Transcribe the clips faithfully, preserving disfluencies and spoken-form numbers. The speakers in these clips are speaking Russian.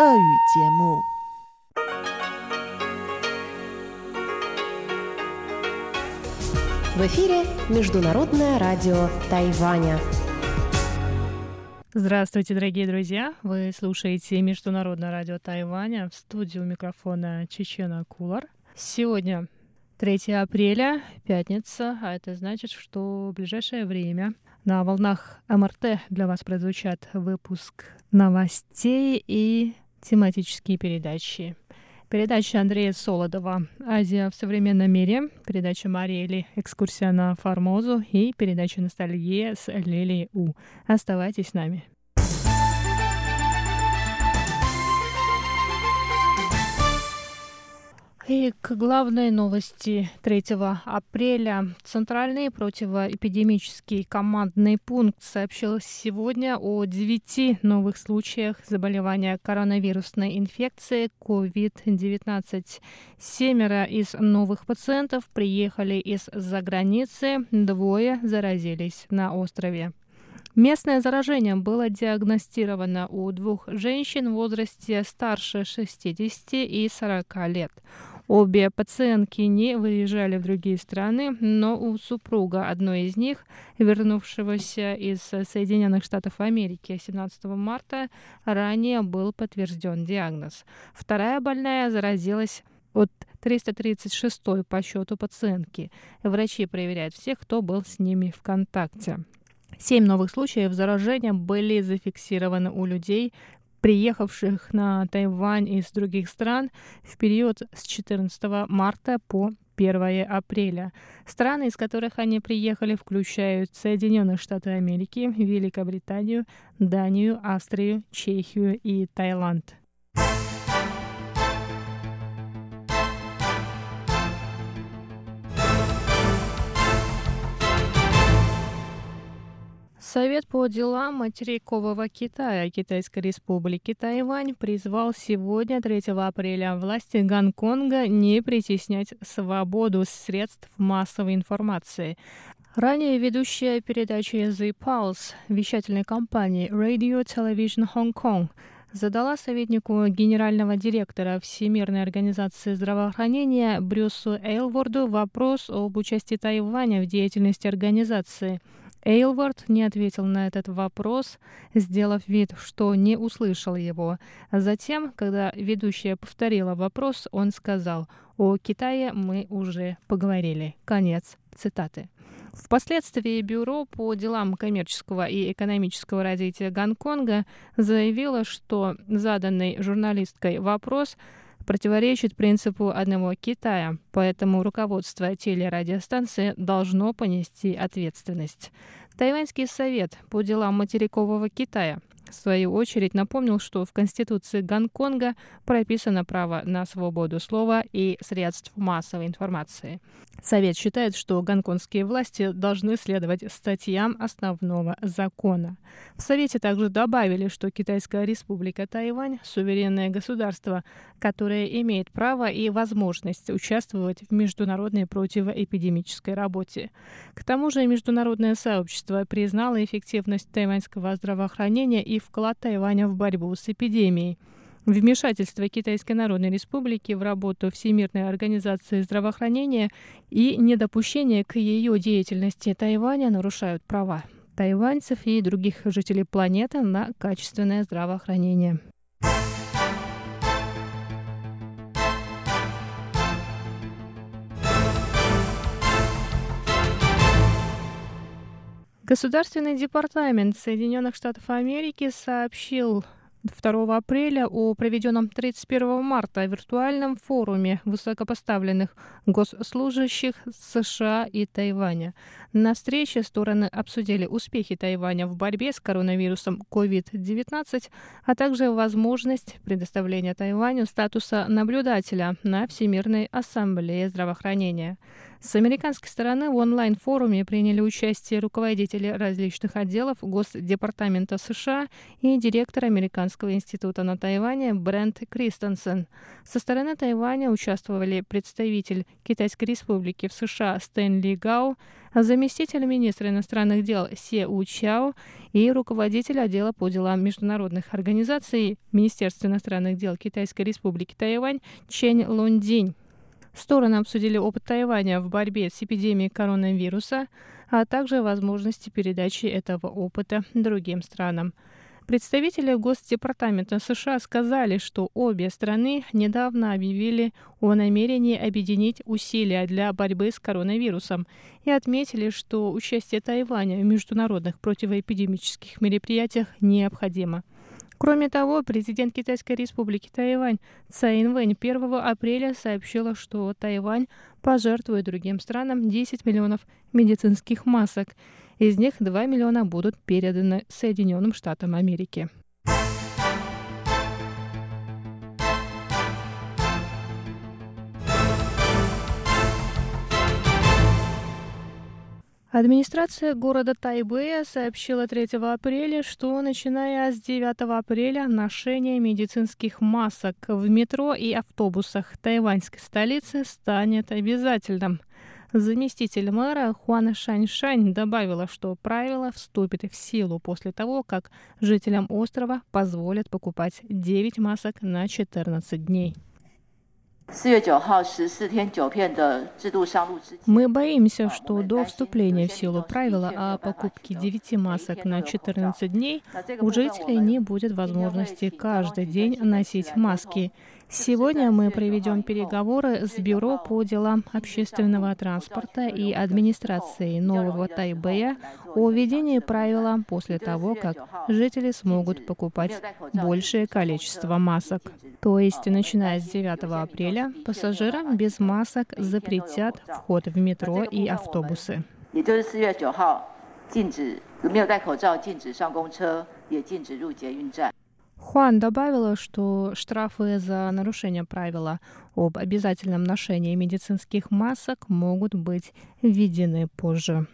俄语节目。В эфире Международное радио Тайваня. Здравствуйте, дорогие друзья! Вы слушаете Международное радио Тайваня. В студии у микрофона Чечена Кулар. Сегодня третьего апреля, пятница, а это значит, что в ближайшее время на волнах эм эр тэ для вас прозвучат выпуск новостей и тематические передачи. Передача Андрея Солодова «Азия в современном мире», передача Мариэли «Экскурсия на Формозу» и передача «Ностальгия» с Лилией У. Оставайтесь с нами. И к главной новости третьего апреля. Центральный противоэпидемический командный пункт сообщил сегодня о девяти новых случаях заболевания коронавирусной инфекцией ковид девятнадцать. Семеро из новых пациентов приехали из-за границы, двое заразились на острове. Местное заражение было диагностировано у двух женщин в возрасте старше шестидесяти и сорока лет. Обе пациентки не выезжали в другие страны, но у супруга одной из них, вернувшегося из Соединенных Штатов Америки семнадцатого марта, ранее был подтвержден диагноз. Вторая больная заразилась от триста тридцать шестой по счету пациентки. Врачи проверяют всех, кто был с ними в контакте. Семь новых случаев заражения были зафиксированы у людей, приехавших на Тайвань из других стран в период с четырнадцатого марта по первого апреля. Страны, из которых они приехали, включают Соединенные Штаты Америки, Великобританию, Данию, Австрию, Чехию и Таиланд. Совет по делам материкового Китая Китайской Республики Тайвань призвал сегодня, третьего апреля, власти Гонконга не притеснять свободу средств массовой информации. Ранее ведущая передачи The Pulse вещательной компании Radio Television Hong Kong задала советнику генерального директора Всемирной организации здравоохранения Брюсу Эйлворду вопрос об участии Тайваня в деятельности организации. Эйлворд не ответил на этот вопрос, сделав вид, что не услышал его. Затем, когда ведущая повторила вопрос, он сказал: «О Китае мы уже поговорили». Конец цитаты. Впоследствии Бюро по делам коммерческого и экономического развития Гонконга заявило, что заданный журналисткой вопрос противоречит принципу одного Китая, поэтому руководство телерадиостанции должно понести ответственность. Тайваньский совет по делам материкового Китая в свою очередь напомнил, что в Конституции Гонконга прописано право на свободу слова и средств массовой информации. Совет считает, что гонконгские власти должны следовать статьям основного закона. В Совете также добавили, что Китайская Республика Тайвань – суверенное государство, которое имеет право и возможность участвовать в международной противоэпидемической работе. К тому же международное сообщество признало эффективность тайваньского здравоохранения и вклад Тайваня в борьбу с эпидемией. Вмешательство Китайской Народной Республики в работу Всемирной организации здравоохранения и недопущение к ее деятельности Тайваня нарушают права тайваньцев и других жителей планеты на качественное здравоохранение. Государственный департамент Соединенных Штатов Америки сообщил второго апреля о проведенном тридцать первого марта виртуальном форуме высокопоставленных госслужащих США и Тайваня. На встрече стороны обсудили успехи Тайваня в борьбе с коронавирусом ковид девятнадцать, а также возможность предоставления Тайваню статуса наблюдателя на Всемирной ассамблее здравоохранения. С американской стороны в онлайн-форуме приняли участие руководители различных отделов Госдепартамента США и директор Американского института на Тайване Брент Кристенсен. Со стороны Тайваня участвовали представитель Китайской республики в США Стэнли Гао, заместитель министра иностранных дел Се У-Чао и руководитель отдела по делам международных организаций Министерства иностранных дел Китайской республики Тайвань Чэнь Лунцзинь. Стороны обсудили опыт Тайваня в борьбе с эпидемией коронавируса, а также возможности передачи этого опыта другим странам. Представители Госдепартамента США сказали, что обе страны недавно объявили о намерении объединить усилия для борьбы с коронавирусом и отметили, что участие Тайваня в международных противоэпидемических мероприятиях необходимо. Кроме того, президент Китайской республики Тайвань Цай Инвэнь первого апреля сообщила, что Тайвань пожертвует другим странам десять миллионов медицинских масок. Из них два миллиона будут переданы Соединенным Штатам Америки. Администрация города Тайбэя сообщила третьего апреля, что начиная с девятого апреля ношение медицинских масок в метро и автобусах тайваньской столицы станет обязательным. Заместитель мэра Хуан Шаньшань добавила, что правило вступит в силу после того, как жителям острова позволят покупать девять масок на четырнадцать дней. Мы боимся, что до вступления в силу правила о покупке девяти масок на четырнадцать дней у жителей не будет возможности каждый день носить маски. Сегодня мы проведем переговоры с Бюро по делам общественного транспорта и администрацией Нового Тайбэя о введении правила после того, как жители смогут покупать большее количество масок. То есть, начиная с девятого апреля, пассажирам без масок запретят вход в метро и автобусы. Хуан добавила, что штрафы за нарушение правила об обязательном ношении медицинских масок могут быть введены позже.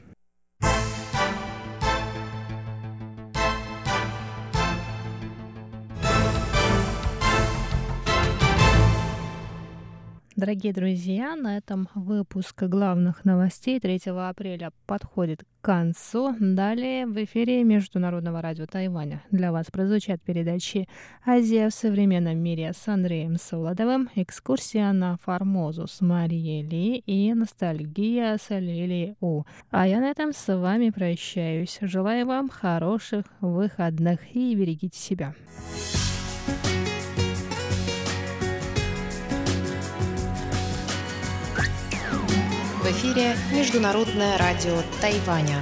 Дорогие друзья, на этом выпуск главных новостей третьего апреля подходит к концу. Далее в эфире Международного радио Тайваня для вас прозвучат передачи «Азия в современном мире» с Андреем Солодовым, «Экскурсия на Формозу» с Марией Ли и «Ностальгия» с Лилией У. А я на этом с вами прощаюсь. Желаю вам хороших выходных и берегите себя. В эфире Международное радио Тайваня.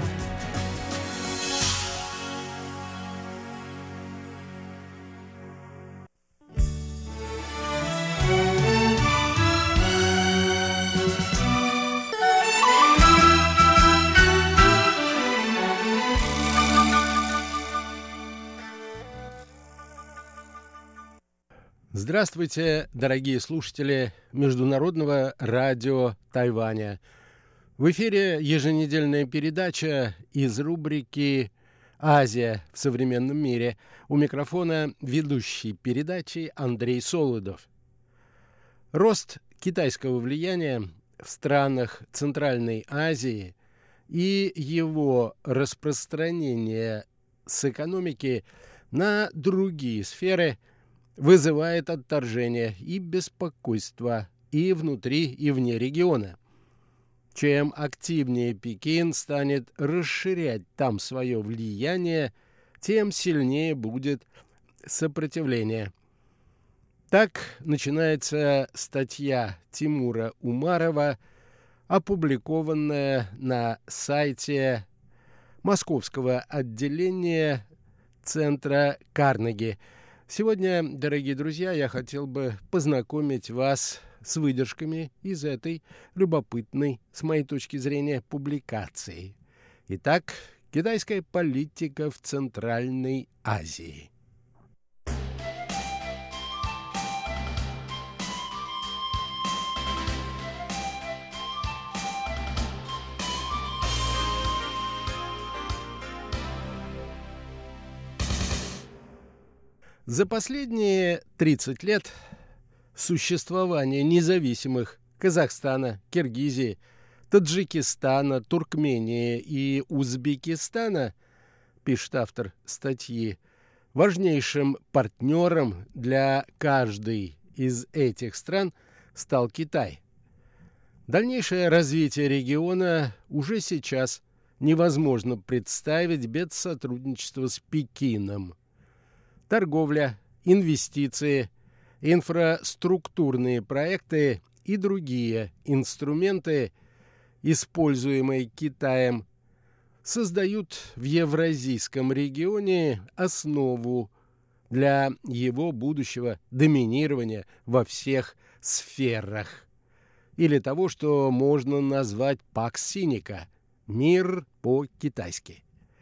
Здравствуйте, дорогие слушатели Международного радио Тайваня. В эфире еженедельная передача из рубрики «Азия в современном мире». У микрофона ведущий передачи Андрей Солодов. Рост китайского влияния в странах Центральной Азии и его распространение с экономики на другие сферы вызывает отторжение и беспокойство и внутри, и вне региона. Чем активнее Пекин станет расширять там свое влияние, тем сильнее будет сопротивление. Так начинается статья Тимура Умарова, опубликованная на сайте Московского отделения Центра Карнеги. Сегодня, дорогие друзья, я хотел бы познакомить вас с выдержками из этой любопытной, с моей точки зрения, публикации. Итак, китайская политика в Центральной Азии. За последние тридцать лет существования независимых Казахстана, Киргизии, Таджикистана, Туркмении и Узбекистана, пишет автор статьи, важнейшим партнером для каждой из этих стран стал Китай. Дальнейшее развитие региона уже сейчас невозможно представить без сотрудничества с Пекином. Торговля, инвестиции, инфраструктурные проекты и другие инструменты, используемые Китаем, создают в евразийском регионе основу для его будущего доминирования во всех сферах, или того, что можно назвать «пакс синика» — мир по-китайски.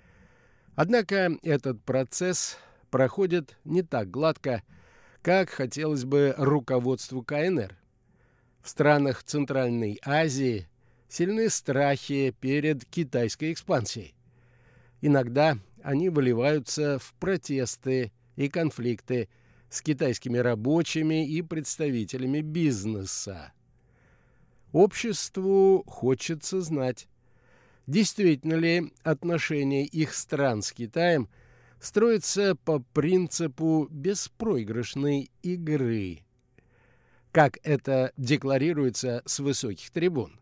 Однако этот процесс проходит не так гладко, как хотелось бы руководству ка эн эр. В странах Центральной Азии сильны страхи перед китайской экспансией. Иногда они выливаются в протесты и конфликты с китайскими рабочими и представителями бизнеса. Обществу хочется знать, действительно ли отношения их стран с Китаем строится по принципу беспроигрышной игры, как это декларируется с высоких трибун.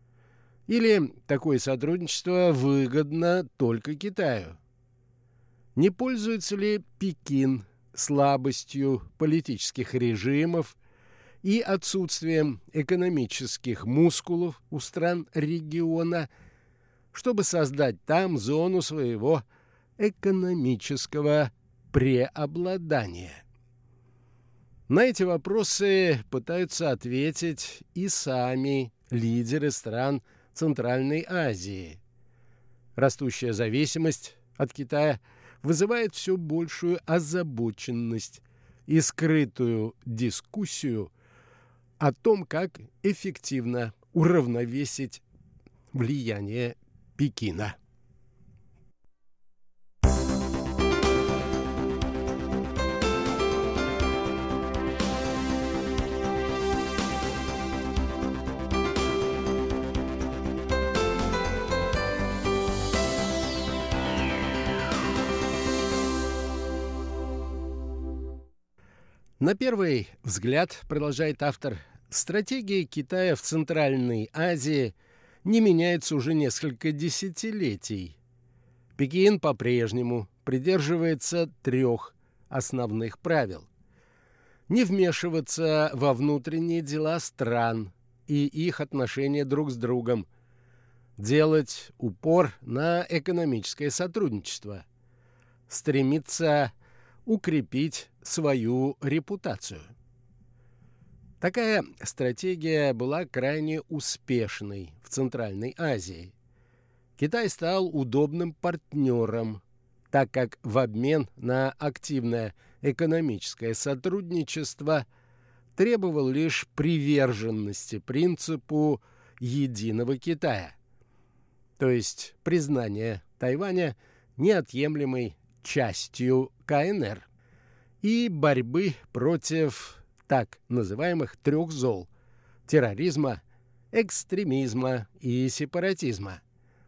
Или такое сотрудничество выгодно только Китаю? Не пользуется ли Пекин слабостью политических режимов и отсутствием экономических мускулов у стран региона, чтобы создать там зону своего экономического преобладания? На эти вопросы пытаются ответить и сами лидеры стран Центральной Азии. Растущая зависимость от Китая вызывает все большую озабоченность и скрытую дискуссию о том, как эффективно уравновесить влияние Пекина. На первый взгляд, продолжает автор, стратегия Китая в Центральной Азии не меняется уже несколько десятилетий. Пекин по-прежнему придерживается трех основных правил: не вмешиваться во внутренние дела стран и их отношения друг с другом, делать упор на экономическое сотрудничество, стремиться укрепить свою репутацию. Такая стратегия была крайне успешной в Центральной Азии. Китай стал удобным партнером, так как в обмен на активное экономическое сотрудничество требовал лишь приверженности принципу единого Китая, то есть признания Тайваня неотъемлемой частью ка эн эр и борьбы против так называемых трех зол – терроризма, экстремизма и сепаратизма.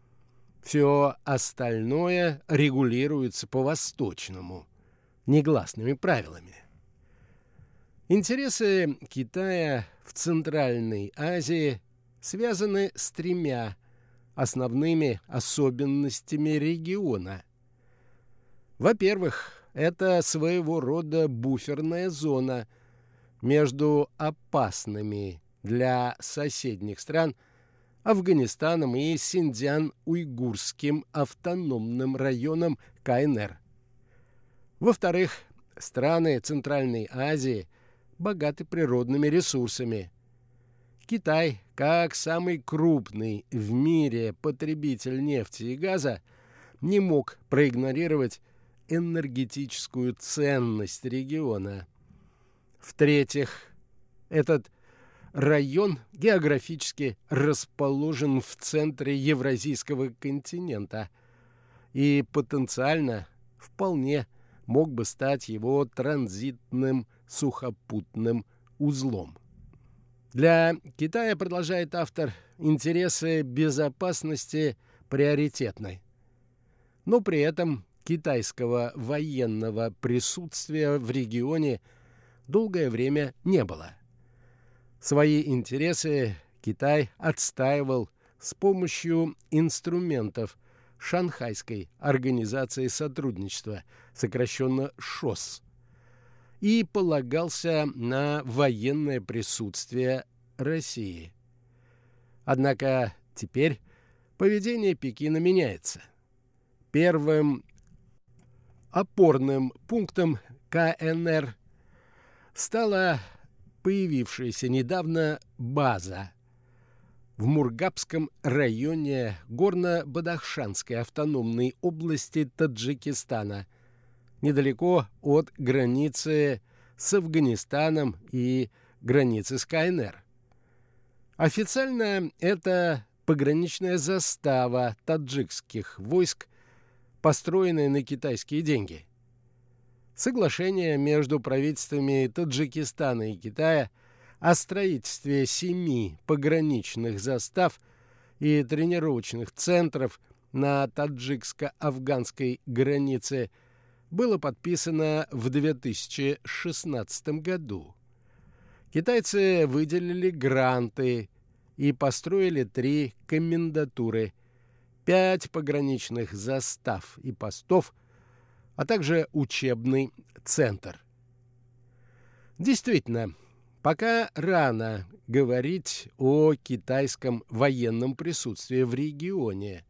Все остальное регулируется по-восточному, негласными правилами. Интересы Китая в Центральной Азии связаны с тремя основными особенностями региона. Во-первых, это своего рода буферная зона между опасными для соседних стран Афганистаном и Синьцзян-Уйгурским автономным районом ка эн эр. Во-вторых, страны Центральной Азии богаты природными ресурсами. Китай, как самый крупный в мире потребитель нефти и газа, не мог проигнорировать энергетическую ценность региона. В-третьих, этот район географически расположен в центре Евразийского континента и потенциально вполне мог бы стать его транзитным сухопутным узлом. Для Китая, продолжает автор, интересы безопасности приоритетны. Но при этом китайского военного присутствия в регионе долгое время не было. Свои интересы Китай отстаивал с помощью инструментов Шанхайской организации сотрудничества, сокращенно ШОС, и полагался на военное присутствие России. Однако теперь поведение Пекина меняется. Первым опорным пунктом ка эн эр стала появившаяся недавно база в Мургабском районе Горно-Бадахшанской автономной области Таджикистана, недалеко от границы с Афганистаном и границы с ка эн эр. Официально это пограничная застава таджикских войск, построенная на китайские деньги. Соглашение между правительствами Таджикистана и Китая о строительстве семи пограничных застав и тренировочных центров на таджикско-афганской границе было подписано в две тысячи шестнадцатом году. Китайцы выделили гранты и построили три комендатуры, пять пограничных застав и постов, а также учебный центр. Действительно, пока рано говорить о китайском военном присутствии в регионе.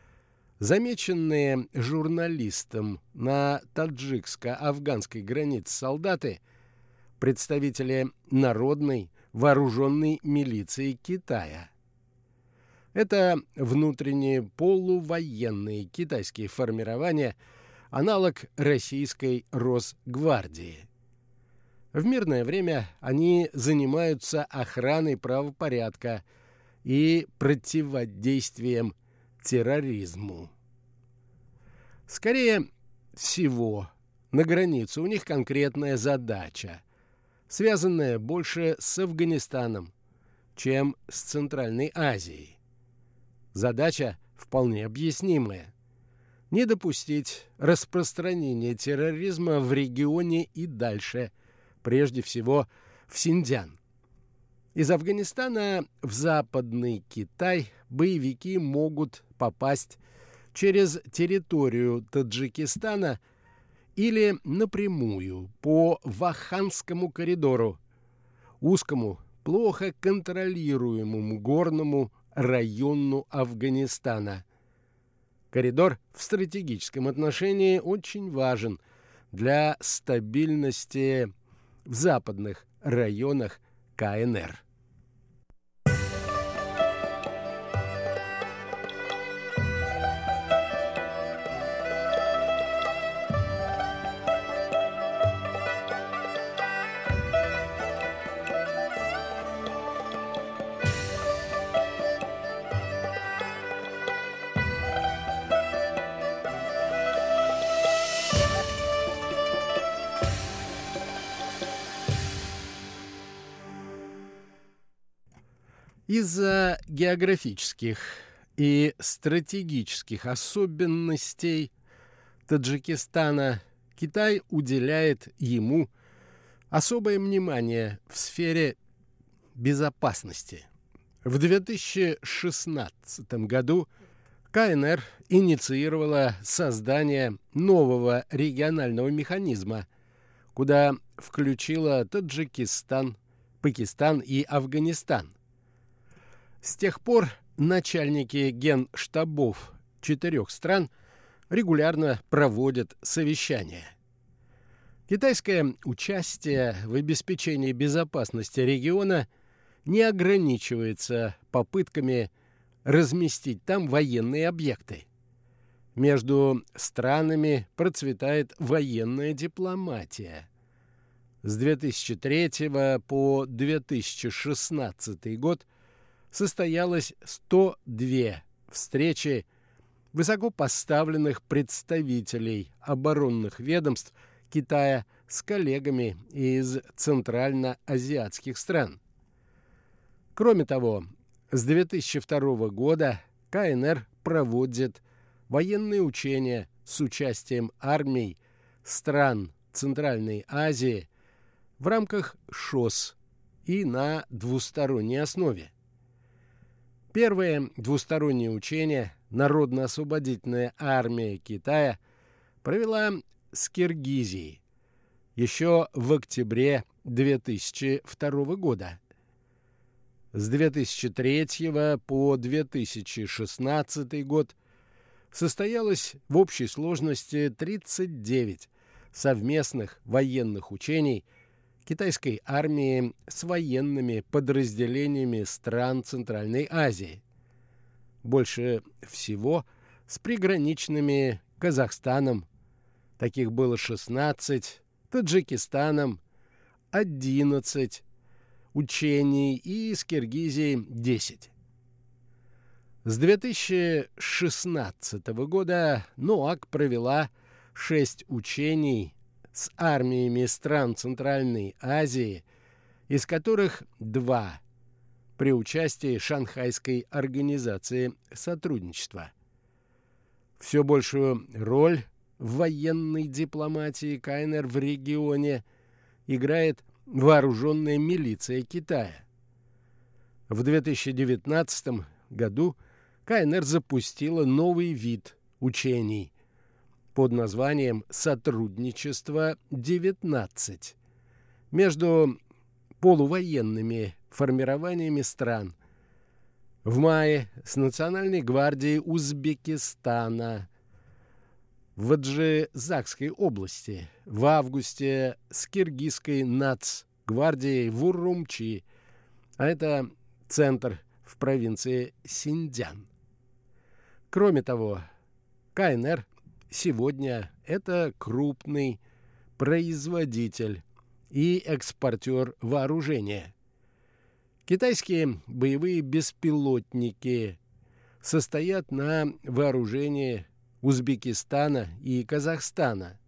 Замеченные журналистом на таджикско-афганской границе солдаты, представители народной вооруженной милиции Китая. Это внутренние полувоенные китайские формирования, аналог российской Росгвардии. В мирное время они занимаются охраной правопорядка и противодействием терроризму. Скорее всего, на границе у них конкретная задача, связанная больше с Афганистаном, чем с Центральной Азией. Задача вполне объяснимая – не допустить распространения терроризма в регионе и дальше, прежде всего в Синьцзян. Из Афганистана в Западный Китай боевики могут попасть через территорию Таджикистана или напрямую по Вахханскому коридору, узкому, плохо контролируемому горному району Афганистана. Коридор в стратегическом отношении очень важен для стабильности в западных районах ка эн эр. Из-за географических и стратегических особенностей Таджикистана Китай уделяет ему особое внимание в сфере безопасности. В две тысячи шестнадцатом году ка эн эр инициировала создание нового регионального механизма, куда включила Таджикистан, Пакистан и Афганистан. С тех пор начальники генштабов четырех стран регулярно проводят совещания. Китайское участие в обеспечении безопасности региона не ограничивается попытками разместить там военные объекты. Между странами процветает военная дипломатия. С две тысячи третьего по две тысячи шестнадцатый год состоялось сто две встречи высокопоставленных представителей оборонных ведомств Китая с коллегами из центральноазиатских стран. Кроме того, с две тысячи второго года ка эн эр проводит военные учения с участием армий стран Центральной Азии в рамках ШОС и на двусторонней основе. Первое двустороннее учение Народно-освободительная армия Китая провела с Киргизией еще в октябре две тысячи второго года. С две тысячи третьего по две тысячи шестнадцатый год состоялось в общей сложности тридцать девять совместных военных учений китайской армии с военными подразделениями стран Центральной Азии. Больше всего с приграничными Казахстаном, таких было шестнадцать, Таджикистаном одиннадцать учений и с Киргизией десять. С две тысячи шестнадцатого года НОАК провела шесть учений с армиями стран Центральной Азии, из которых два при участии Шанхайской организации сотрудничества. Все большую роль в военной дипломатии ка эн эр в регионе играет вооруженная милиция Китая. В две тысячи девятнадцатом году ка эн эр запустила новый вид учений под названием «Сотрудничество девятнадцать» между полувоенными формированиями стран. В мае с Национальной гвардией Узбекистана в Аджизакской области, в августе с Киргизской нацгвардией в Урумчи, а это центр в провинции Синьцзян. Кроме того, ка эн эр сегодня это крупный производитель и экспортер вооружения. Китайские боевые беспилотники состоят на вооружении Узбекистана и Казахстана.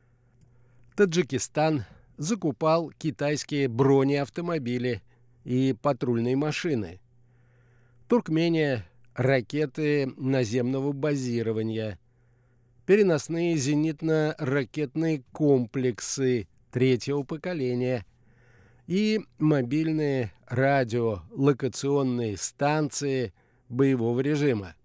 Таджикистан закупал китайские бронеавтомобили и патрульные машины. Туркмения – ракеты наземного базирования, переносные зенитно-ракетные комплексы третьего поколения и мобильные радиолокационные станции боевого режима.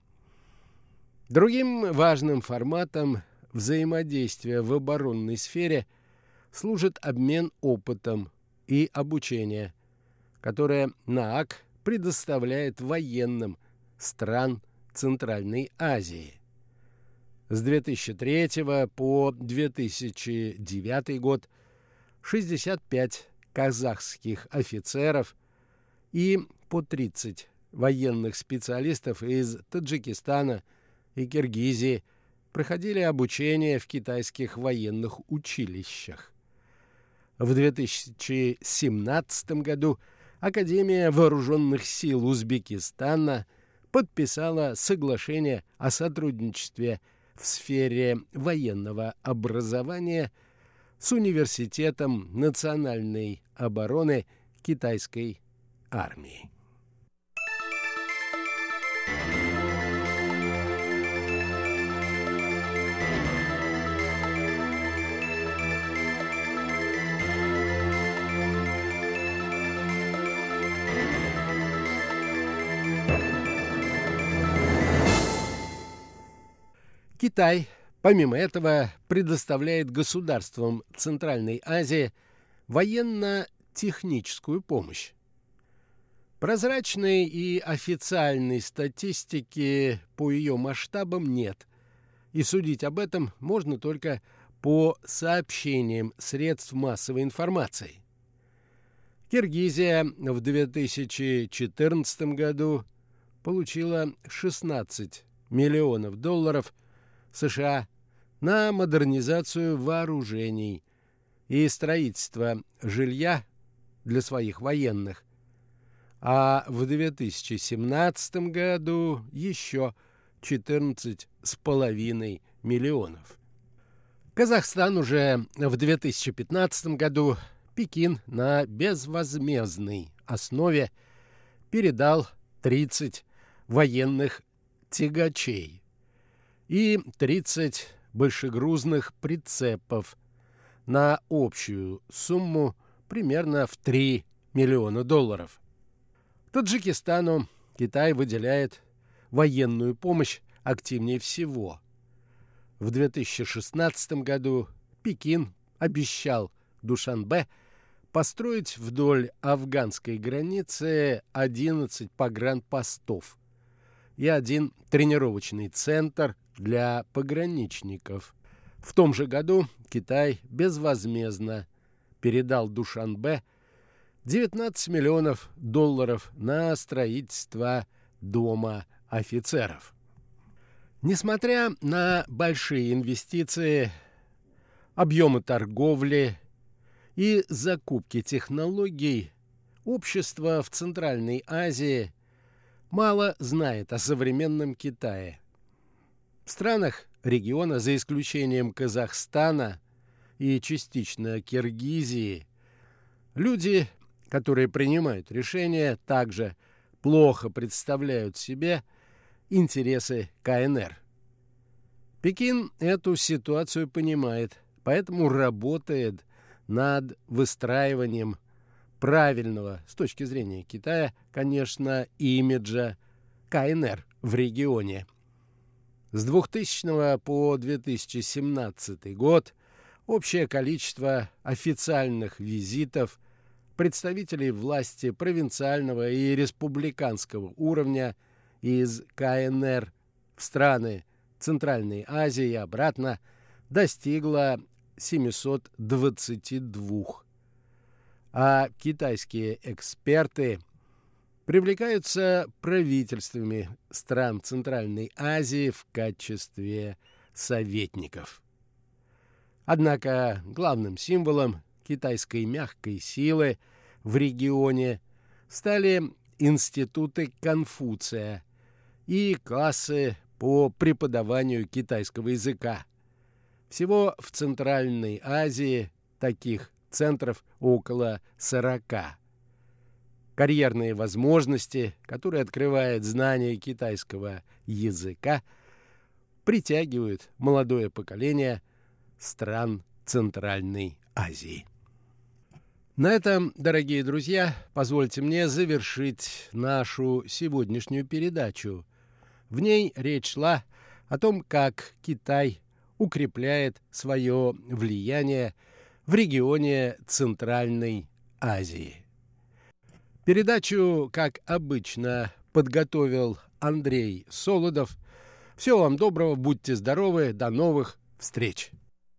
Другим важным форматом взаимодействия в оборонной сфере служит обмен опытом и обучение, которое НААК предоставляет военным стран Центральной Азии. С две тысячи третьего по две тысячи девятый год шестьдесят пять казахских офицеров и по тридцать военных специалистов из Таджикистана и Киргизии проходили обучение в китайских военных училищах. В две тысячи семнадцатом году Академия вооруженных сил Узбекистана подписала соглашение о сотрудничестве в сфере военного образования с Университетом национальной обороны китайской армии. Китай, помимо этого, предоставляет государствам Центральной Азии военно-техническую помощь. Прозрачной и официальной статистики по ее масштабам нет, и судить об этом можно только по сообщениям средств массовой информации. Киргизия в две тысячи четырнадцатом году получила шестнадцать миллионов долларов США на модернизацию вооружений и строительство жилья для своих военных, а в две тысячи семнадцатом году еще четырнадцать с половиной миллионов. Казахстан уже в две тысячи пятнадцатом году Пекин на безвозмездной основе передал тридцать военных тягачей и тридцать большегрузных прицепов на общую сумму примерно в три миллиона долларов. Таджикистану Китай выделяет военную помощь активнее всего. В две тысячи шестнадцатом году Пекин обещал Душанбе построить вдоль афганской границы одиннадцать погранпостов и один тренировочный центр для пограничников. В том же году Китай безвозмездно передал Душанбе девятнадцать миллионов долларов на строительство Дома офицеров. Несмотря на большие инвестиции, объемы торговли и закупки технологий, общество в Центральной Азии мало знает о современном Китае. В странах региона, за исключением Казахстана и частично Киргизии, люди, которые принимают решения, также плохо представляют себе интересы ка эн эр. Пекин эту ситуацию понимает, поэтому работает над выстраиванием правильного, с точки зрения Китая, конечно, имиджа ка эн эр в регионе. С двухтысячного по две тысячи семнадцатый год общее количество официальных визитов представителей власти провинциального и республиканского уровня из ка эн эр в страны Центральной Азии и обратно достигло семьсот двадцати двух. А китайские эксперты привлекаются правительствами стран Центральной Азии в качестве советников. Однако главным символом китайской мягкой силы в регионе стали институты Конфуция и классы по преподаванию китайского языка. Всего в Центральной Азии таких центров около сорока. Карьерные возможности, которые открывает знание китайского языка, притягивают молодое поколение стран Центральной Азии. На этом, дорогие друзья, позвольте мне завершить нашу сегодняшнюю передачу. В ней речь шла о том, как Китай укрепляет свое влияние в регионе Центральной Азии. Передачу, как обычно, подготовил Андрей Солодов. Всего вам доброго, будьте здоровы, до новых встреч!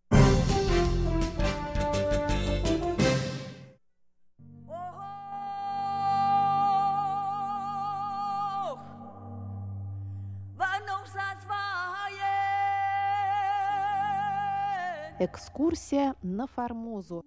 Экскурсия на Формозу.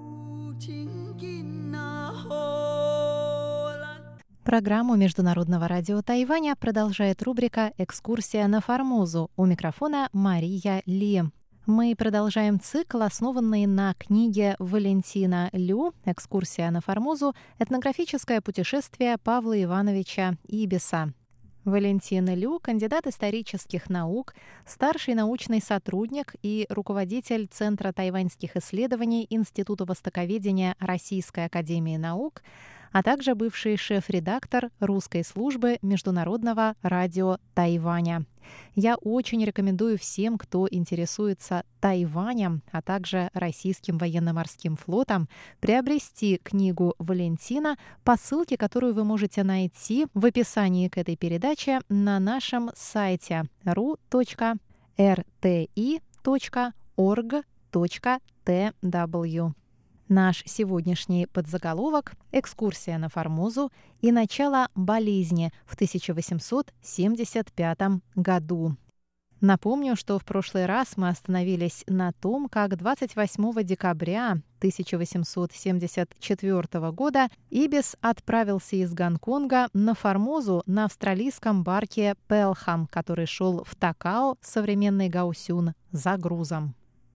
Программу Международного радио Тайваня продолжает рубрика «Экскурсия на Формозу». У микрофона Мария Ли. Мы продолжаем цикл, основанный на книге Валентина Лю «Экскурсия на Формозу. Этнографическое путешествие Павла Ивановича Ибиса». Валентин Лю – кандидат исторических наук, старший научный сотрудник и руководитель Центра тайваньских исследований Института востоковедения Российской академии наук, а также бывший шеф-редактор русской службы Международного радио Тайваня. Я очень рекомендую всем, кто интересуется Тайванем, а также российским военно-морским флотом, приобрести книгу Валентина по ссылке, которую вы можете найти в описании к этой передаче на нашем сайте ру точка эр тэ и точка орг точка тэ дабл ю. Наш сегодняшний подзаголовок «Экскурсия на Формозу и начало болезни в тысяча восемьсот семьдесят пятом году». Напомню, что в прошлый раз мы остановились на том, как двадцать восьмого декабря тысяча восемьсот семьдесят четвёртого года Ибис отправился из Гонконга на Формозу на австралийском барке «Пелхам», который шел в Такао, современный Гаосюн, за грузом.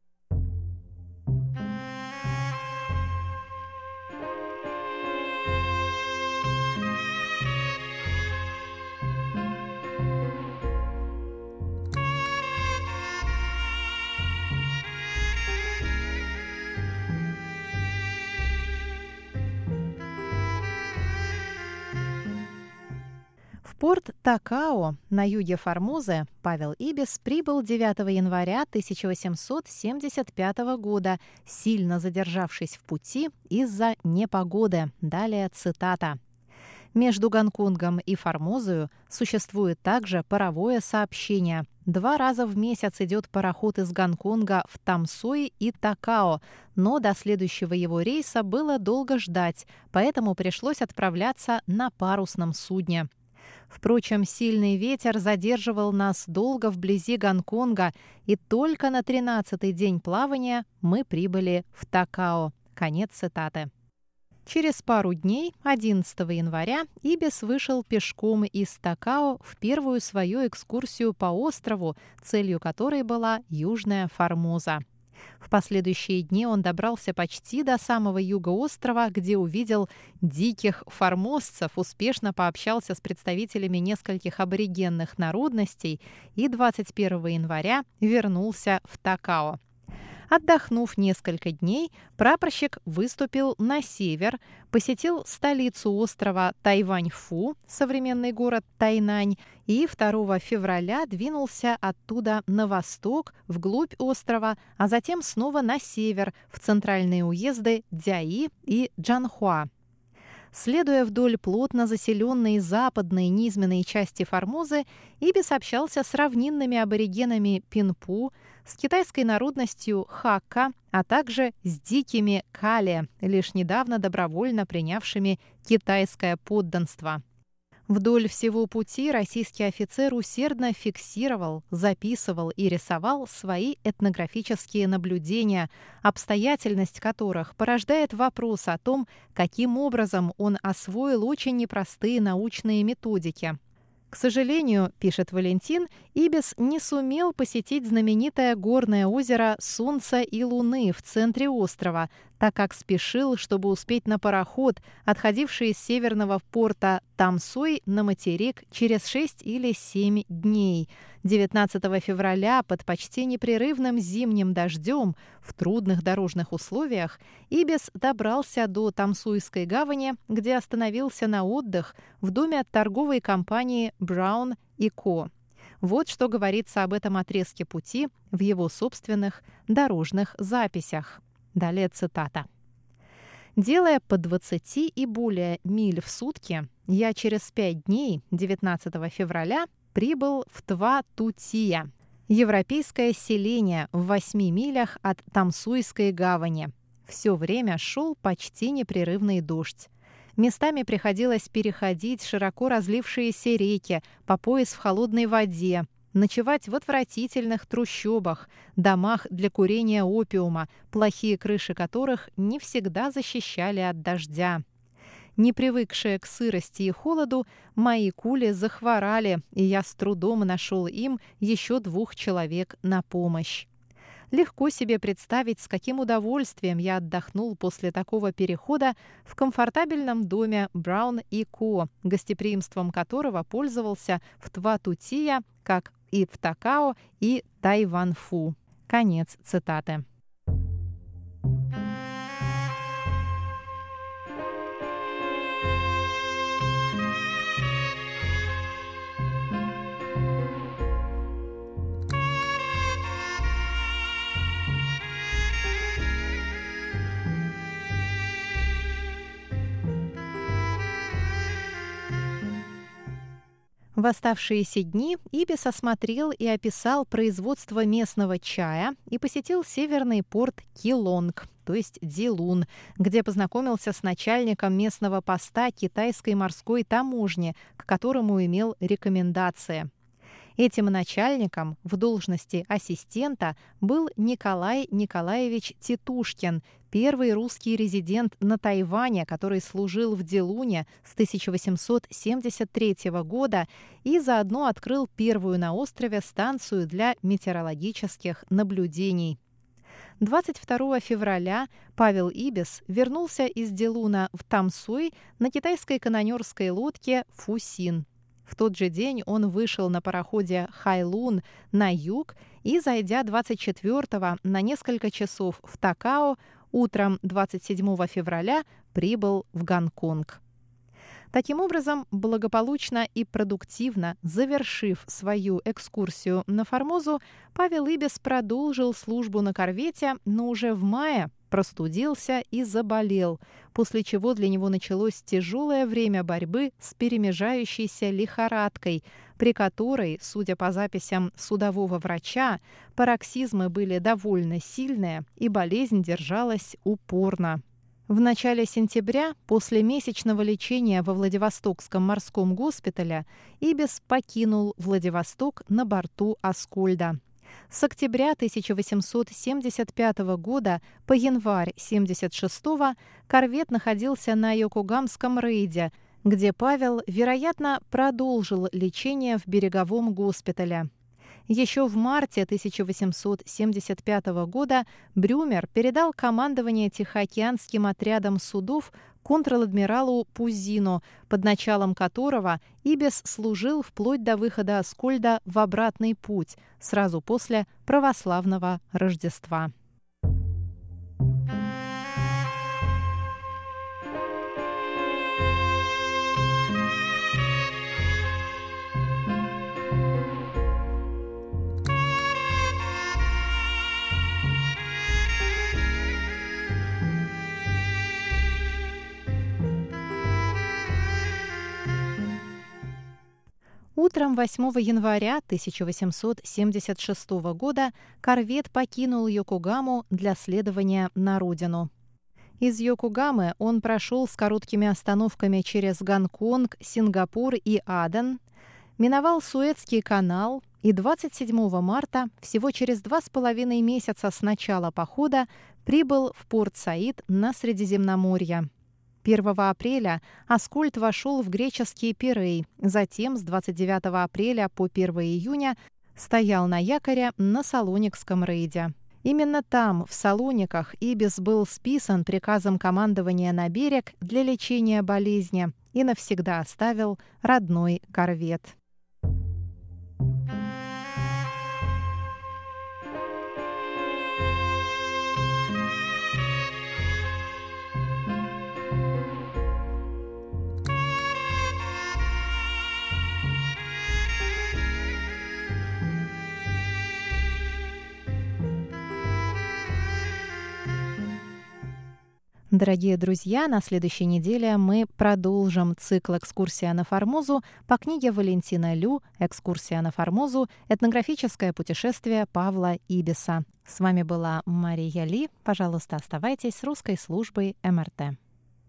В порт Такао на юге Формозы Павел Ибис прибыл девятого января тысяча восемьсот семьдесят пятого года, сильно задержавшись в пути из-за непогоды. Далее цитата. «Между Гонконгом и Формозою существует также паровое сообщение. Два раза в месяц идет пароход из Гонконга в Тамсой и Такао, но до следующего его рейса было долго ждать, поэтому пришлось отправляться на парусном судне. Впрочем, сильный ветер задерживал нас долго вблизи Гонконга, и только на тринадцатый день плавания мы прибыли в Такао». Конец цитаты. Через пару дней, одиннадцатого января, Ибис вышел пешком из Такао в первую свою экскурсию по острову, целью которой была Южная Формоза. В последующие дни он добрался почти до самого юга острова, где увидел диких формозцев, успешно пообщался с представителями нескольких аборигенных народностей и двадцать первого января вернулся в Такао. Отдохнув несколько дней, прапорщик выступил на север, посетил столицу острова Тайвань-Фу, современный город Тайнань, и второго февраля двинулся оттуда на восток, вглубь острова, а затем снова на север, в центральные уезды Дяи и Джанхуа. Следуя вдоль плотно заселенной западной низменной части Формозы, Ибис общался с равнинными аборигенами Пинпу, с китайской народностью Хакка, а также с дикими Кале, лишь недавно добровольно принявшими китайское подданство. Вдоль всего пути российский офицер усердно фиксировал, записывал и рисовал свои этнографические наблюдения, обстоятельность которых порождает вопрос о том, каким образом он освоил очень непростые научные методики. К сожалению, пишет Валентин, Ибис не сумел посетить знаменитое горное озеро Солнца и Луны в центре острова, так как спешил, чтобы успеть на пароход, отходивший из северного порта Тамсой на материк через шесть или семь дней. девятнадцатого февраля под почти непрерывным зимним дождем в трудных дорожных условиях Ибис добрался до Тамсуйской гавани, где остановился на отдых в доме торговой компании «Браун и Ко». Вот что говорится об этом отрезке пути в его собственных дорожных записях. Далее цитата. «Делая по двадцати и более миль в сутки, я через пять дней, девятнадцатого февраля, прибыл в Тва-Тутия, европейское селение в восьми милях от Тамсуйской гавани. Все время шел почти непрерывный дождь. Местами приходилось переходить широко разлившиеся реки по пояс в холодной воде, ночевать в отвратительных трущобах, домах для курения опиума, плохие крыши которых не всегда защищали от дождя. Не привыкшие к сырости и холоду, мои кули захворали, и я с трудом нашел им еще двух человек на помощь. Легко себе представить, с каким удовольствием я отдохнул после такого перехода в комфортабельном доме Браун и Ко, гостеприимством которого пользовался в Тва-Тутия, как и в Такао и Тайвань-Фу». Конец цитаты. В оставшиеся дни Ибис осмотрел и описал производство местного чая и посетил северный порт Килонг, то есть Дилун, где познакомился с начальником местного поста китайской морской таможни, к которому имел рекомендации. Этим начальником в должности ассистента был Николай Николаевич Титушкин, первый русский резидент на Тайване, который служил в Делуне с тысяча восемьсот семьдесят третьего года и заодно открыл первую на острове станцию для метеорологических наблюдений. двадцать второго февраля Павел Ибис вернулся из Делуна в Тамсуй на китайской канонерской лодке «Фусин». В тот же день он вышел на пароходе «Хайлун» на юг и, зайдя двадцать четвёртого на несколько часов в Такао, утром двадцать седьмого февраля прибыл в Гонконг. Таким образом, благополучно и продуктивно завершив свою экскурсию на Формозу, Павел Ибис продолжил службу на корвете, но уже в мае простудился и заболел, после чего для него началось тяжелое время борьбы с перемежающейся лихорадкой, при которой, судя по записям судового врача, пароксизмы были довольно сильные и болезнь держалась упорно. В начале сентября, после месячного лечения во Владивостокском морском госпитале, Ибис покинул Владивосток на борту «Аскольда». С октября тысяча восемьсот семьдесят пятого года по январь семьдесят шестого корвет находился на Йокогамском рейде, где Павел, вероятно, продолжил лечение в береговом госпитале. Еще в марте тысяча восемьсот семьдесят пятого года Брюмер передал командование Тихоокеанским отрядом судов контр-адмиралу Пузину, под началом которого Ибис служил вплоть до выхода Аскольда в обратный путь, сразу после православного Рождества. Утром восьмого января тысяча восемьсот семьдесят шестого года корвет покинул Йокогаму для следования на родину. Из Йокогамы он прошел с короткими остановками через Гонконг, Сингапур и Аден, миновал Суэцкий канал и двадцать седьмого марта, всего через два с половиной месяца с начала похода, прибыл в Порт-Саид на Средиземноморье. первого апреля Аскольд вошел в греческий Пирей, затем с двадцать девятого апреля по первого июня стоял на якоре на Салоникском рейде. Именно там, в Салониках, Ибис был списан приказом командования на берег для лечения болезни и навсегда оставил родной корвет. Дорогие друзья, на следующей неделе мы продолжим цикл «Экскурсия на Формозу» по книге Валентина Лю «Экскурсия на Формозу. Этнографическое путешествие Павла Ибиса». С вами была Мария Ли. Пожалуйста, оставайтесь с русской службой эм эр тэ.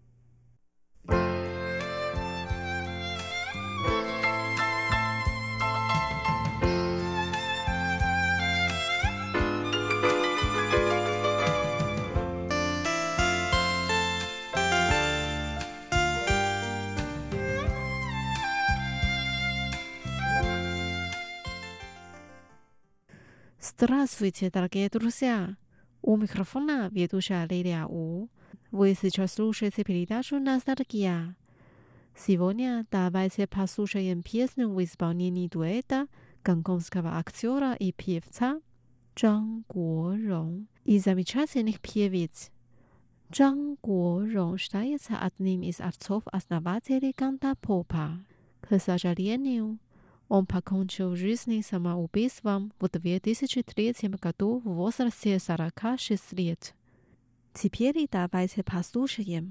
Здравствуйте, дорогие друзья! У микрофона ведущая Лилия У. Вы сейчас слушаете передачу «Ностальгия». Сегодня давайте послушаем песню в исполнении дуэта гонконгского актера и певца Чжан Гуорong и замечательных певиц. Чжан Гуорong считается одним из отцов-основателей кантопопа. К сожалению, он покончил жизнь самоубийством в две тысячи третьем году в возрасте сорока шести лет. Теперь давайте послушаем.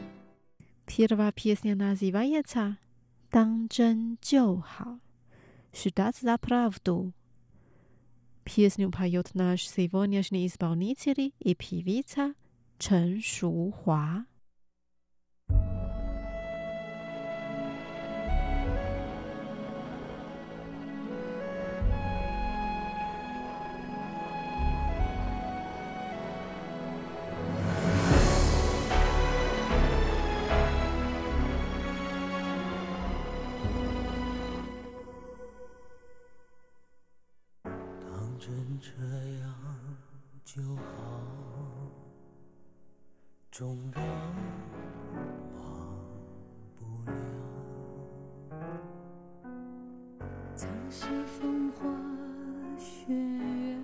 Первая песня называется «当真就好». считать за правду. Песню поет наш сегодняшний исполнитель и певица Чен Шухуа. 这样就好，纵然忘不了。 曾是风花雪月，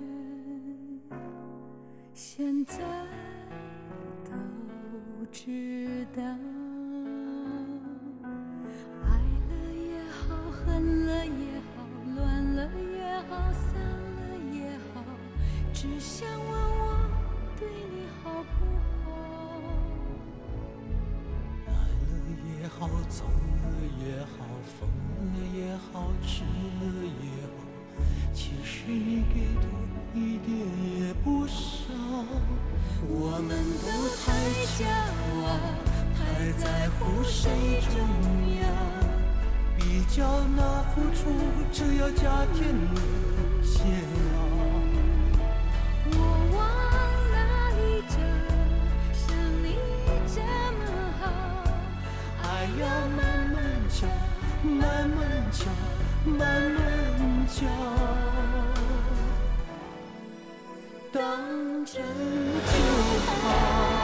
现在都知道。爱了也好，恨了也好，乱了也好，散了也好，只想问我对你好不好。 来了也好，走了也好，疯了也好，吃了也好，其实你给的一点也不少。 我们都太骄傲，太在乎谁重要， 比较那付出，只要加添了煎熬。 我往哪里找，像你这么好？ 爱要慢慢教，慢慢教，慢慢教，当真就好。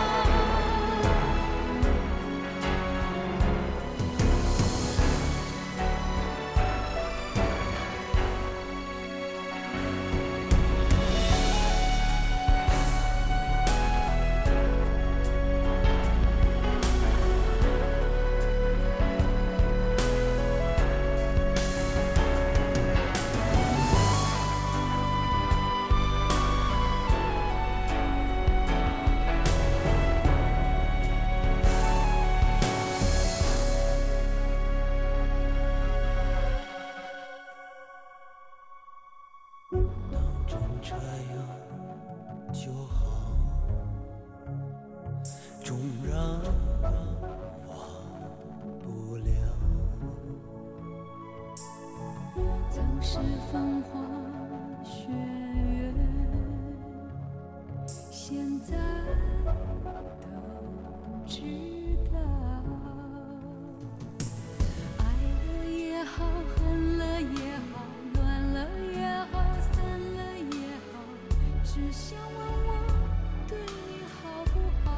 这样就好，纵然忘不了。 曾是风花雪月，现在都知道。爱了也好，恨了也好，乱了也好，散了也好，只想问我对你好不好。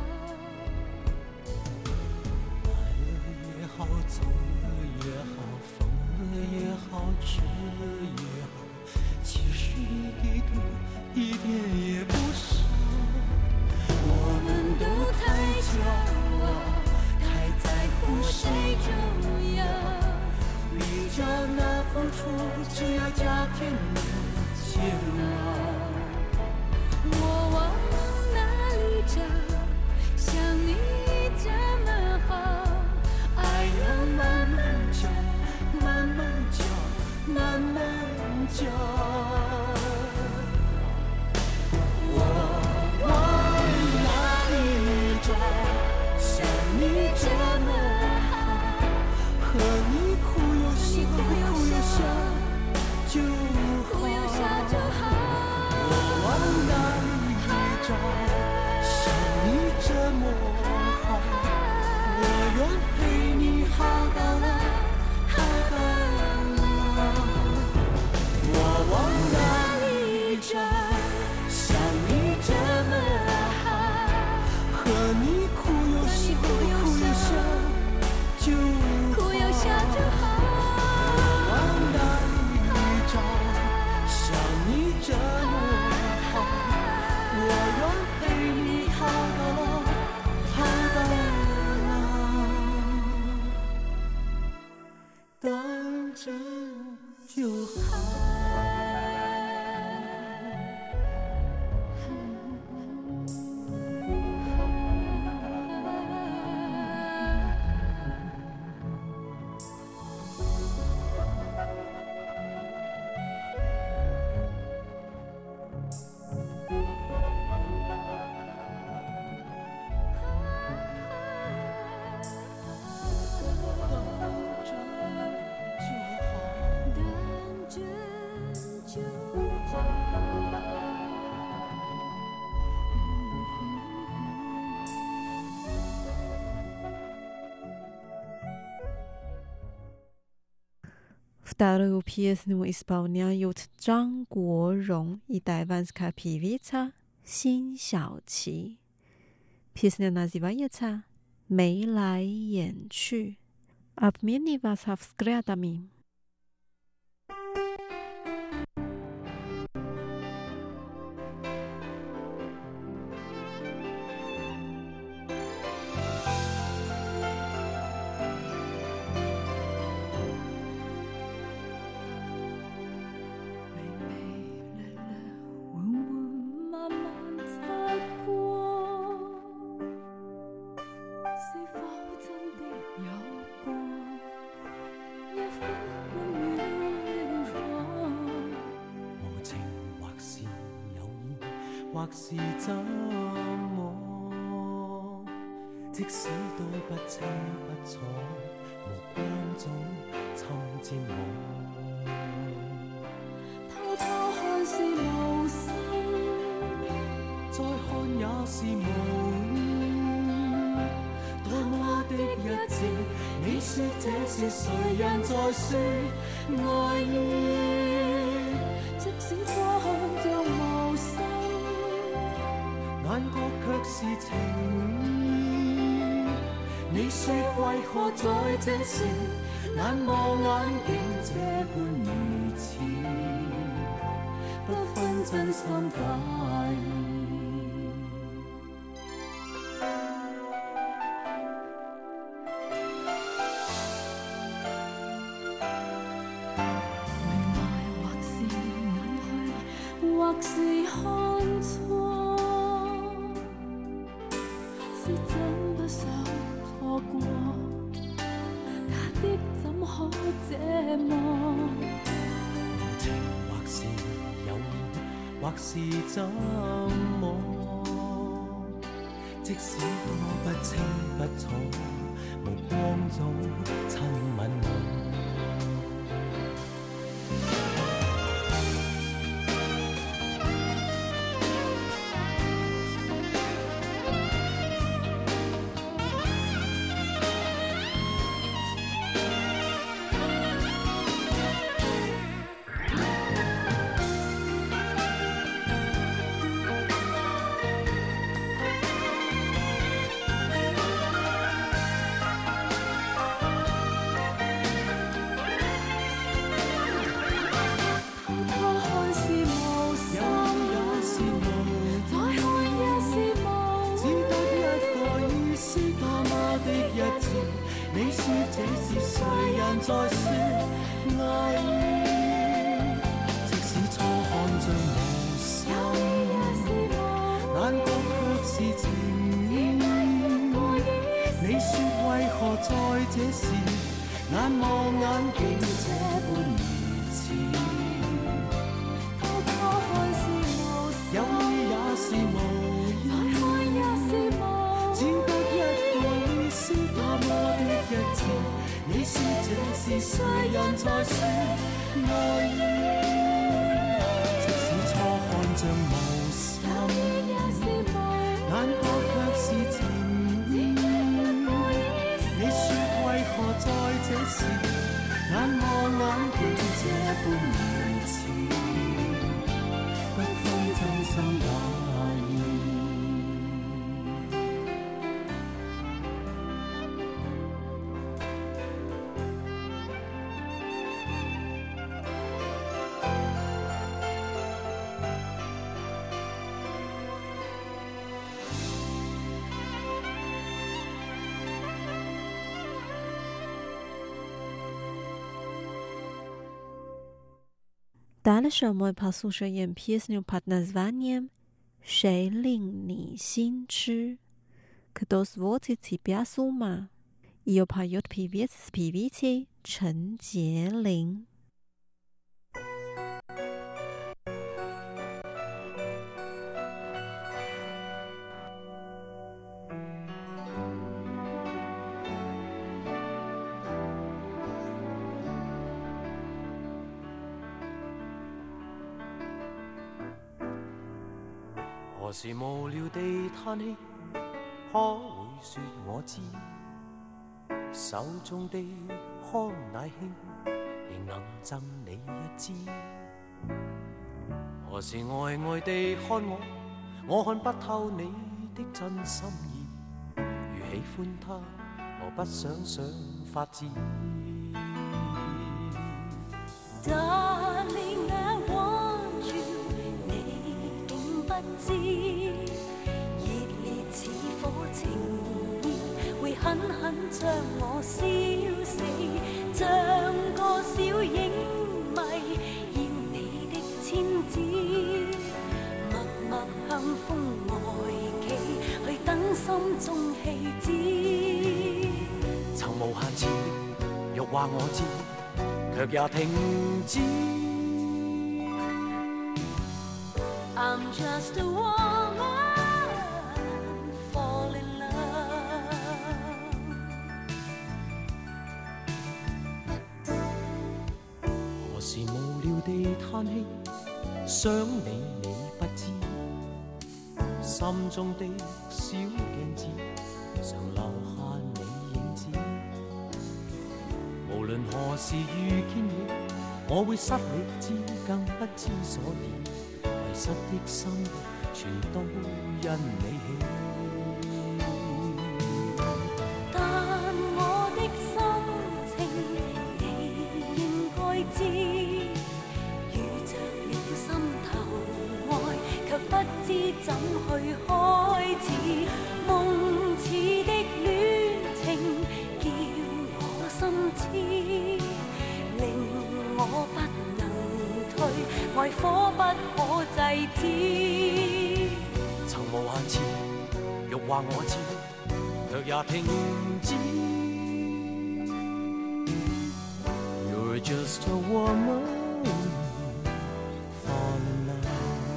来了也好，走了也好，疯了也好，吃了也好，其实你给的一点也不少。 我们都太骄傲，太在乎谁重要， 比较那付出，只要加添了煎熬。 我往哪里找，像你这么好？ 爱要慢慢教，慢慢教，慢慢教。我往哪里找，像你这么好？和你哭又笑，哭又笑就好。 哭又笑就好。 我往哪里找，像你这么好？我愿陪你好到老，好到老。我往哪里找，像你这么好？和你哭又笑，哭又笑就好。 哭又笑就好。 我往哪里找，像你这么好？我愿陪你好到老，好到老，当真就好。 Вторую песню исполняют Зhang Guorong и тайванская певица Xin Xiaoqi. Песня называется «眉来眼去». Обмениваться взглядами. 或是怎麼，即使都不清不楚，目光總侵佔我。偷偷看是無心，再看也是無意。多麼的一致，你說這是誰人在說愛意？即使初看像無心。眼角卻是情意，你說為何在這時眼望眼竟這般如此，不分真心假意。原來或是眼去，或是看錯。是真不想錯過，假的怎可這麼？無情或是有意，或是怎麼？即使多不清不楚，目光早親吻我。你說這是誰人在說愛意？即使初看像無心，眼角卻是情意。你說為何在這時眼望眼竟這般如此？偷偷看是無心，有意也是無意，再看也是無，只得一個意思，多麼的一致。你說這是誰人在說愛意？即使初看像無心，眼角卻是情意。你說為何在這時眼望眼竟這般如此？不分真心假意。 Дальше мы послушаем песню под названием «谁令你心痴?» «Кто сводит тебя с ума?» Ее поет певец с певицей Чен Джелин. 何時無聊地嘆氣，可會說我知？手中的康乃馨，仍仍能贈你一支。何時呆呆地看我，我看不透你的真心意。如喜歡他，何不想想法子？ Darling, I want you， 你竟不知，熱烈似火情意，會狠狠將我燒死，像個小影迷，要你的簽字，默默向風外企，去等心中氣止。 曾無限次欲話我知，卻也停止。 I'm just a woman, fall in love。 何時無聊地嘆氣，想你你不知，心中的小鏡子常留下你影子。無論何時遇見你，我會失理智，更不知所以。迷失的心，全都因你起。 但我的心情你應該知，遇着了心頭愛，卻不知怎去開始。夢似的戀情叫我心痴，令我不能退，愛火不可制止。 曾無限次欲話我知，卻也停止。You're just a woman, fall in love。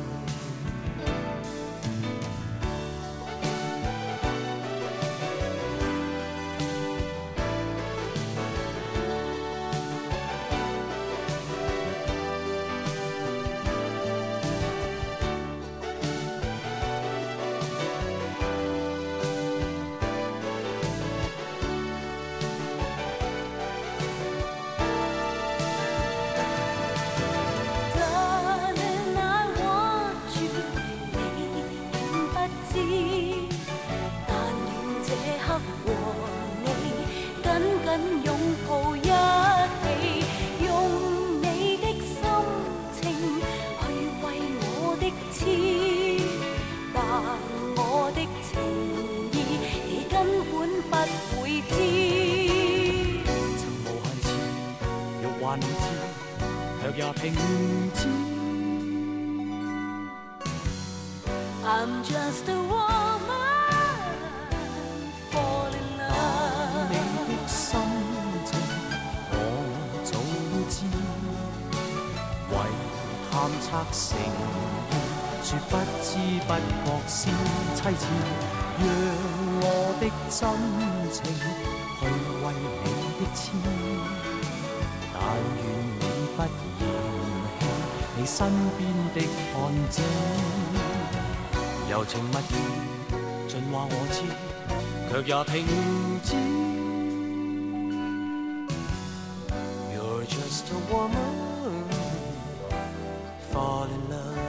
I'm just a woman, fall in love。 你的心情我早知，為探測成意，說不知不覺是妻子。讓我的真情去為你的痴，但願你不嫌棄你身邊的漢子。柔情蜜意盡話我知，卻也停止。You're just a woman, fall in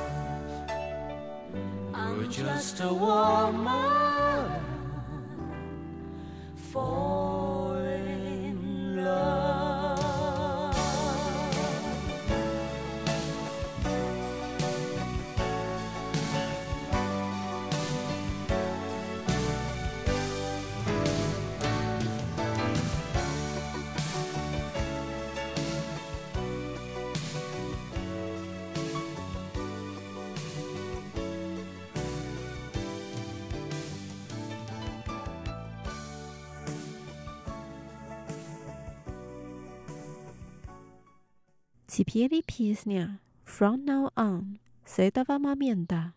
love。You're just a woman, fall in love。 Теперь песня From Now On с этого момента.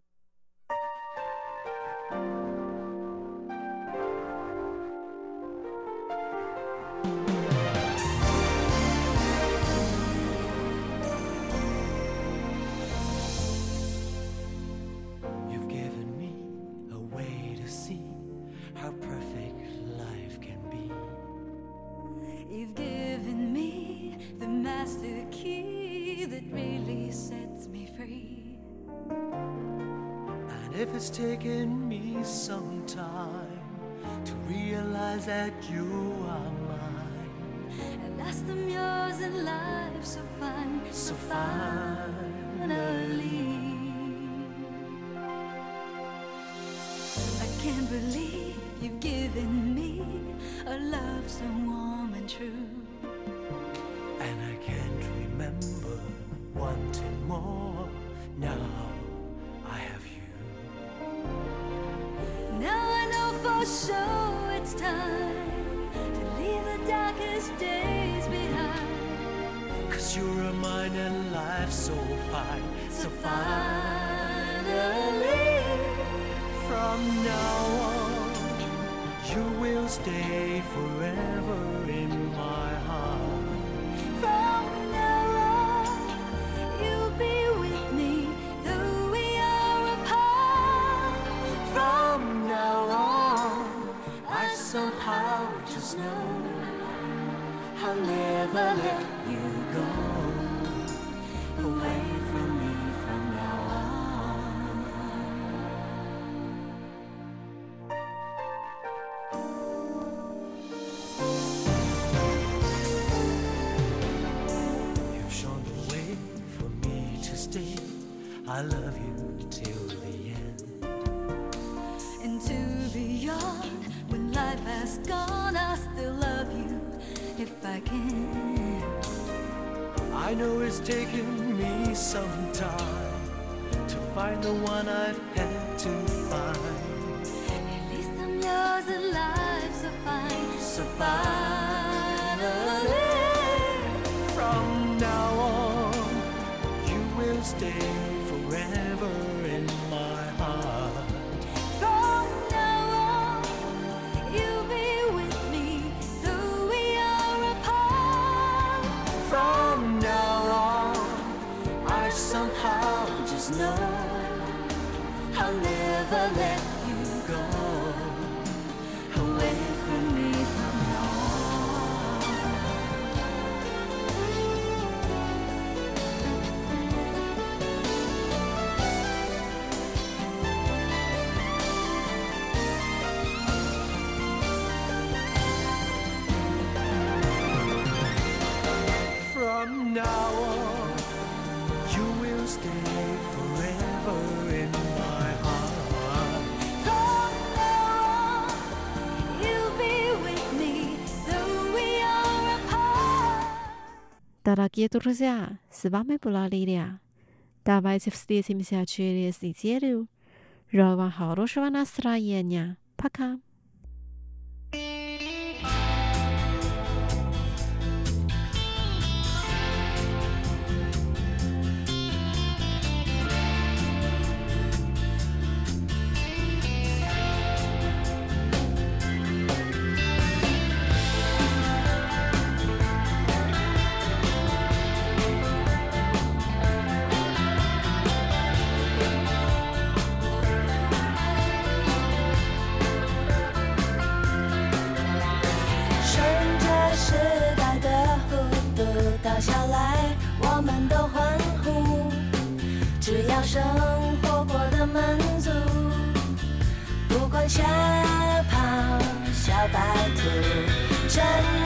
You've given me a way to see how perfect life can be. You've given me the is the key that really sets me free. And if it's taken me some time to realize that you are mine, At last I'm yours and life so fine, so so finally. I can't believe you've given me a love so warm and true. And I can't remember wanting more. Now I have you. Now I know for sure it's time to leave the darkest days behind. 'Cause you're mine and life's so fine, so finally, from now on, you will stay forever in my heart. from now on, you'll be with me, though we are apart. From now on, I somehow just know I'll never let you go away from me from now on. You've shown the way for me to stay. I love you till the end. Into beyond, when life has gone, I still love you if I can. I know it's taken me some time to find the one I've had to find. At least I'm yours and life's so fine, So finally, from now on, you will stay forever in my heart. From now on, you'll be with me, though we are apart. From now on, I somehow just know I'll never let you go away from me from now on. From now on, you will stay forever in my heart. From now on, you'll be with me, though we are apart. Дорогие друзья, с вами была Лилия. Давайте встретимся через неделю. Желаю вам хорошего настроения. Пока. 顺着时代的弧度倒下来，我们都欢呼。只要生活过得满足，不管小跑小白兔，真